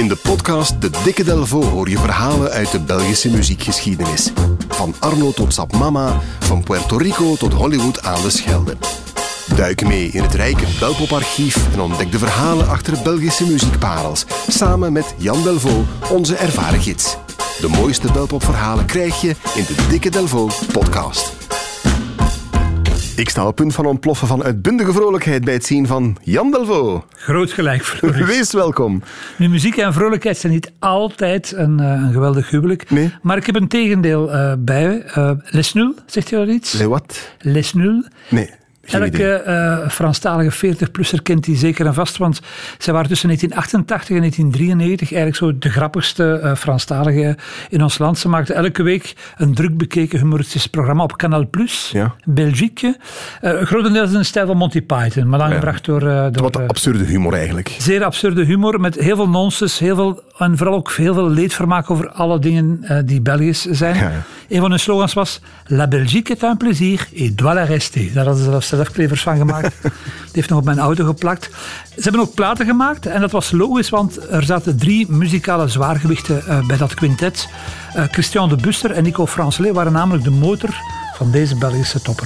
In de podcast De Dikke Delvaux hoor je verhalen uit de Belgische muziekgeschiedenis. Van Arno tot Sap Mama, van Puerto Rico tot Hollywood aan de Schelde. Duik mee in het rijke Belpoparchief en ontdek de verhalen achter Belgische muziekparels. Samen met Jan Delvaux, onze ervaren gids. De mooiste Belpopverhalen krijg je in de Dikke Delvaux podcast. Ik sta op punt van ontploffen van uitbundige vrolijkheid bij het zien van Jan Delvaux. Groot gelijk, Floris. Wees welkom. Nu, muziek en vrolijkheid zijn niet altijd een geweldig huwelijk. Nee. Maar ik heb een tegendeel bij. Les Nuls, zegt je al iets? Les wat? Les Nuls. Nee. Elke Franstalige 40-plusser kent die zeker en vast, want zij waren tussen 1988 en 1993 eigenlijk zo de grappigste Franstaligen in ons land. Ze maakten elke week een druk bekeken humoristisch programma op Canal+, Ja. Belgique. Grotendeels in de stijl van Monty Python, maar dan gebracht door Wat absurde humor eigenlijk. zeer absurde humor, met heel veel nonsens, en vooral ook heel veel leedvermaak over alle dingen die Belgisch zijn. Ja. Een van hun slogans was La Belgique est un plaisir et doit la rester. Daar hadden ze zelf klevers van gemaakt. Die heeft nog op mijn auto geplakt. Ze hebben ook platen gemaakt en dat was logisch, want er zaten 3 muzikale zwaargewichten bij dat quintet. Christian de Buster en Nico Francelet waren namelijk de motor van deze Belgische topper.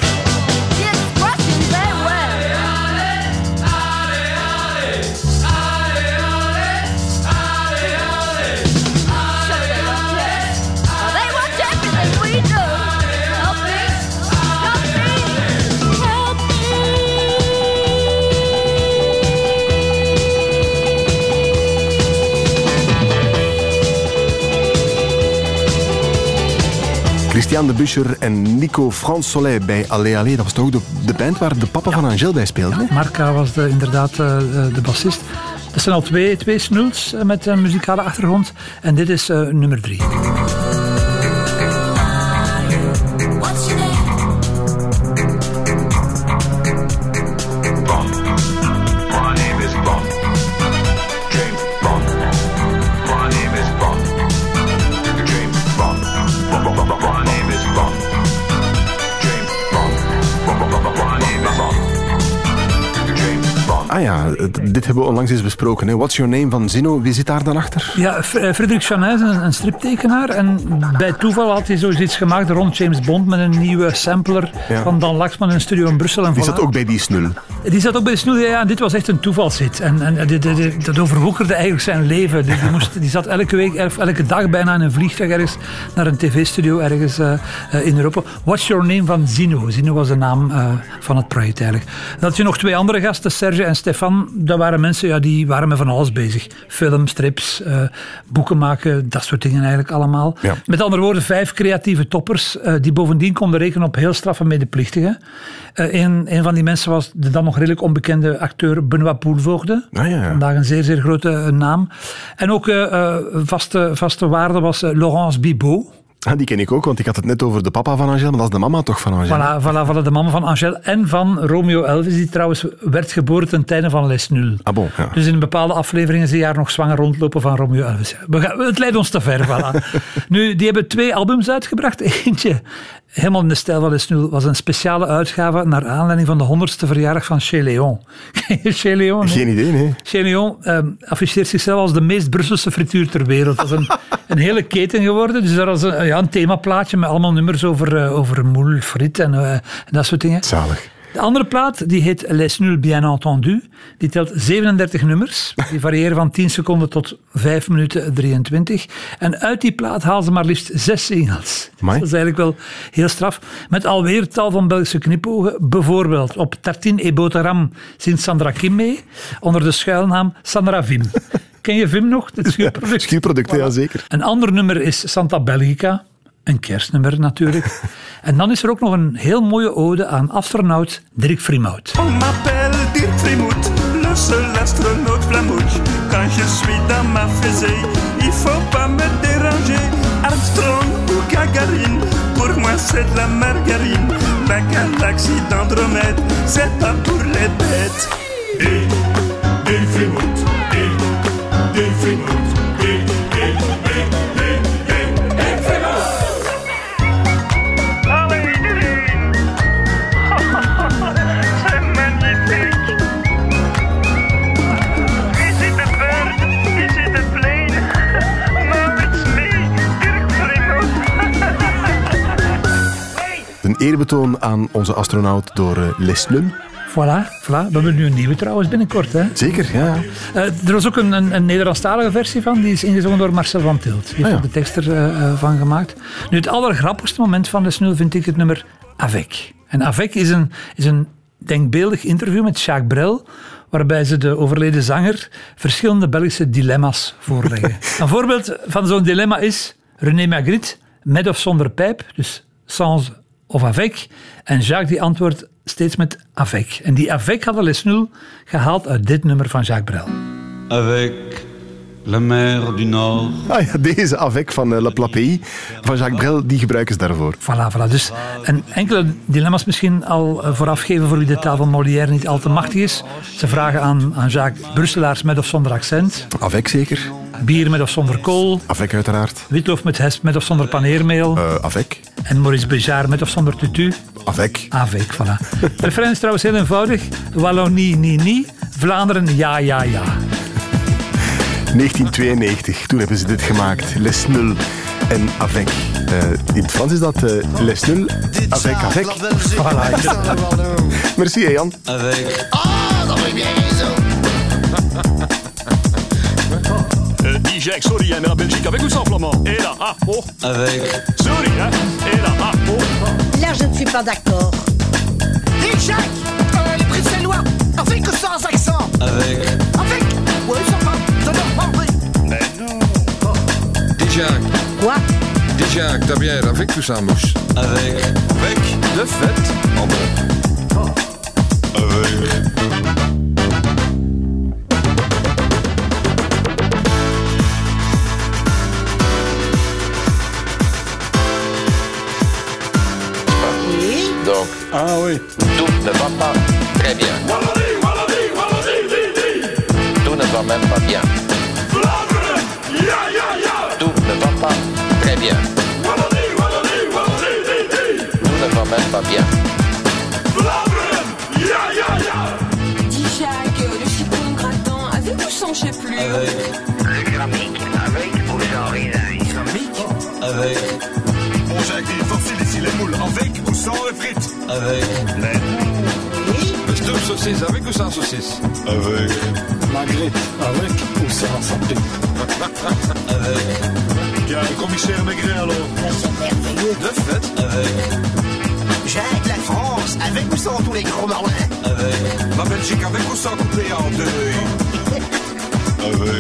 Christian de Buscher en Nico Francelet bij Allez Allez. Dat was toch ook de band waar de papa van Angèle bij speelde? Ja, Marca was inderdaad de bassist. Dat zijn al twee snuls met een muzikale achtergrond. En dit is nummer 3. Ah ja, dit hebben we onlangs eens besproken. Hè. What's Your Name van Zino, wie zit daar dan achter? Ja, Frederik Chanez, een striptekenaar. En bij toeval had hij zoiets gemaakt rond James Bond met een nieuwe sampler van Dan Laxman in een studio in Brussel. En Die zat ook bij die snul. Die zat ook bij de snul, ja. En dit was echt een toevalshit. En dat overwoekerde eigenlijk zijn leven. Die zat elke dag bijna in een vliegtuig ergens naar een tv-studio ergens in Europa. What's Your Name van Zino. Zino was de naam van het project eigenlijk. Dan had je nog 2 andere gasten, Serge en Stefan. Dat waren mensen die waren met van alles bezig. Film, strips, boeken maken, dat soort dingen eigenlijk allemaal. Ja. Met andere woorden, 5 creatieve toppers die bovendien konden rekenen op heel straffe medeplichtigen. Een van die mensen was de dan nog redelijk onbekende acteur Benoît Poelvoorde. Ah, ja. Vandaag een zeer, zeer grote naam. En ook vaste waarde was Laurence Bibot. Ah, die ken ik ook, want ik had het net over de papa van Angèle, maar dat is de mama toch van Angèle? Voilà, de mama van Angèle en van Romeo Elvis, die trouwens werd geboren ten tijde van Les Nuls. Ah bon, ja. Dus in bepaalde afleveringen zie je haar nog zwanger rondlopen van Romeo Elvis. Het leidt ons te ver, voilà. Nu, die hebben 2 albums uitgebracht. Eentje, helemaal in de stijl van Les Nuls, was een speciale uitgave naar aanleiding van de 100ste verjaardag van Chez Léon. Ken je Chez Léon? Nee? Geen idee, nee. Chez Léon afficheert zichzelf als de meest Brusselse frituur ter wereld. Dat is een hele keten geworden. Dus daar was een themaplaatje met allemaal nummers over moule, friet en dat soort dingen. Zalig. De andere plaat, die heet Les Nuls Bien Entendu. Die telt 37 nummers. Die variëren van 10 seconden tot 5 minuten 23. En uit die plaat halen ze maar liefst 6 singles. Dat is eigenlijk wel heel straf. Met alweer tal van Belgische knipogen. Bijvoorbeeld op Tartine et Boterham zingt Sandra Kim mee. Onder de schuilnaam Sandra Vim. Ken je Vim nog? Het schuurproduct. Schuurproduct, ja zeker. Een ander nummer is Santa Belgica. Een kerstnummer natuurlijk. En dan is er ook nog een heel mooie ode aan astronaut Dirk Frimout. On m'appelle Dirk Frimout, le seul astronaute flamouche. Quand je suis dans ma fusée, il faut pas me déranger. Armstrong ou Gagarine, pour moi c'est de la margarine. La galaxie d'Andromède, c'est pas pour les bêtes. Dirk Frimout, Dirk Frimout, Dirk eerbetoon aan onze astronaut door Les Null. Voilà. We hebben nu een nieuwe trouwens binnenkort. Hè? Zeker, ja. Er was ook een Nederlandstalige versie van, die is ingezongen door Marcel van Tilt. Die heeft er de tekst ervan gemaakt. Nu, het allergrappigste moment van Les Null vind ik het nummer Avec. En Avec is een denkbeeldig interview met Jacques Brel, waarbij ze de overleden zanger verschillende Belgische dilemma's voorleggen. Een voorbeeld van zo'n dilemma is René Magritte, met of zonder pijp, dus sans of avec. En Jacques die antwoordt steeds met avec. En die avec hadden Les Null gehaald uit dit nummer van Jacques Brel. Avec la mer du Nord. Ah ja, deze avec van La Plapéie van Jacques Brel, die gebruiken ze daarvoor. Voilà. Dus en enkele dilemma's misschien al vooraf geven voor wie de taal van Molière niet al te machtig is. Ze vragen aan Jacques Brusselaars met of zonder accent. Avec zeker. Bier met of zonder kool. Avec uiteraard. Witloof met hesp met of zonder paneermeel. Avec. En Maurice Béjart met of zonder tutu. Avec. Avec, voilà. Het refrein is trouwens heel eenvoudig. Wallonie, nie. Vlaanderen, ja. 1992, toen hebben ze dit gemaakt. Les Null en Avec. In het Frans is dat Les Null, Avec. Voilà. Merci, hè, Jan. Avec. Dis Jacques, sorry, mais la Belgique avec ou sans flamand? Et là, Avec. Sorry, hein? Et là, Là, je ne suis pas d'accord. Dis Jacques, les Bruxellois, avec ou sans accent? Avec. Avec? Oui, ça va, c'est normal. Mais non. Dis Jacques, Quoi? dis Jacques, t'as bien avec ou sans mouche? Avec. Avec, de fait. Oh bon. Avec. Oui. Donc, Ah oui. tout ne va pas très bien. Tout ne va même pas bien. Tout ne va pas très bien. Tout ne va même pas bien. Dis Jacques, le chipon grattant, avec ou sans, je sais plus. Avec. Avec ou sans raisin? Avec. Bon Jacques, il faut ici les moules, avec ou sans les frites? Avec. Mais Le stuk saucisse, avec ou sans saucisse? Avec. Magritte, avec ou sans santé? Avec. Bien, le commissaire Maigret alors. C'est merveilleux. De fait. Avec. Jacques, la France, avec ou sans tous les gros marlins? Avec. La Belgique, avec ou sans coupé en deux? Avec.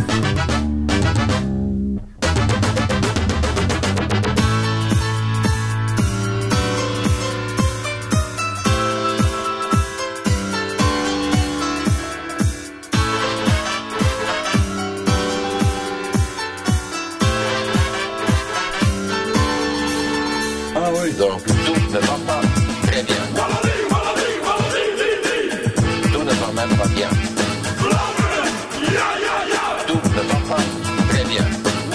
Ah oui. Donc, tout ne va pas très bien. Tout ne va même pas bien. Tout ne va pas très bien.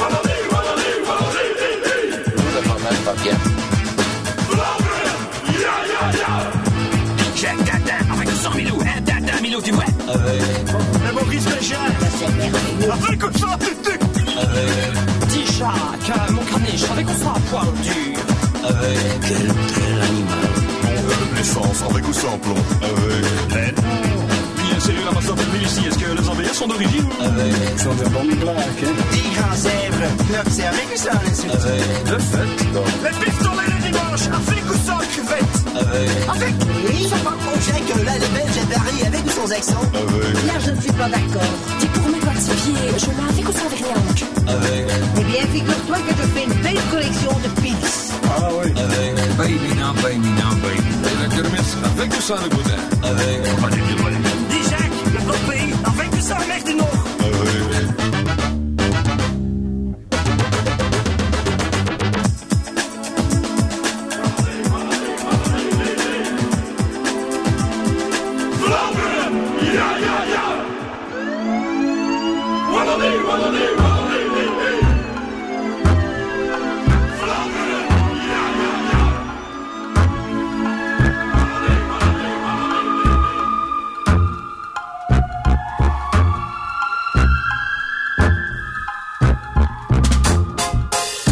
Tout ne va même pas bien. Jacques Tintin, avec ou sans Milou? Hein, Tintin, Milou, tu vois? Avec. Le Maurice Béjart. C'est merveilleux. Avec ou sans tutu? Avec. Dis Jacques, mon caniche, avec ou sans poil dur. Avec. L'essence, avec ou sans plomb? Avec. Mais non. Bien sérieux, la masse de ici, est-ce que les envoyés sont d'origine? Avec. Sont des bonnes blagues, hein? Dis grand zèbre, Knock, c'est avec ou sans les suites? Avec. De fait. Les pistolets les dimanches, avec ou sans cuvette? Avec. Avec? Oui. Ça va, mon Jacques, là, les Belges et Paris, avec ou sans accent? Avec. Là, je ne suis pas d'accord. Dis pour mes doigts de pied, je l'ai avec ou sans verniaque. Avec. Eh bien, figure-toi que je fais une belle collection de pils. Ah oui. Avec. Baby now, baby. Et la kermis, avec ou sans le boudin? Avec. Dis Jacques, le beau pays, avec ou sans mec du Nord? Avec.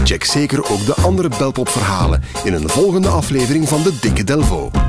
Check zeker ook de andere Belpop-verhalen in een volgende aflevering van De Dikke Delvaux.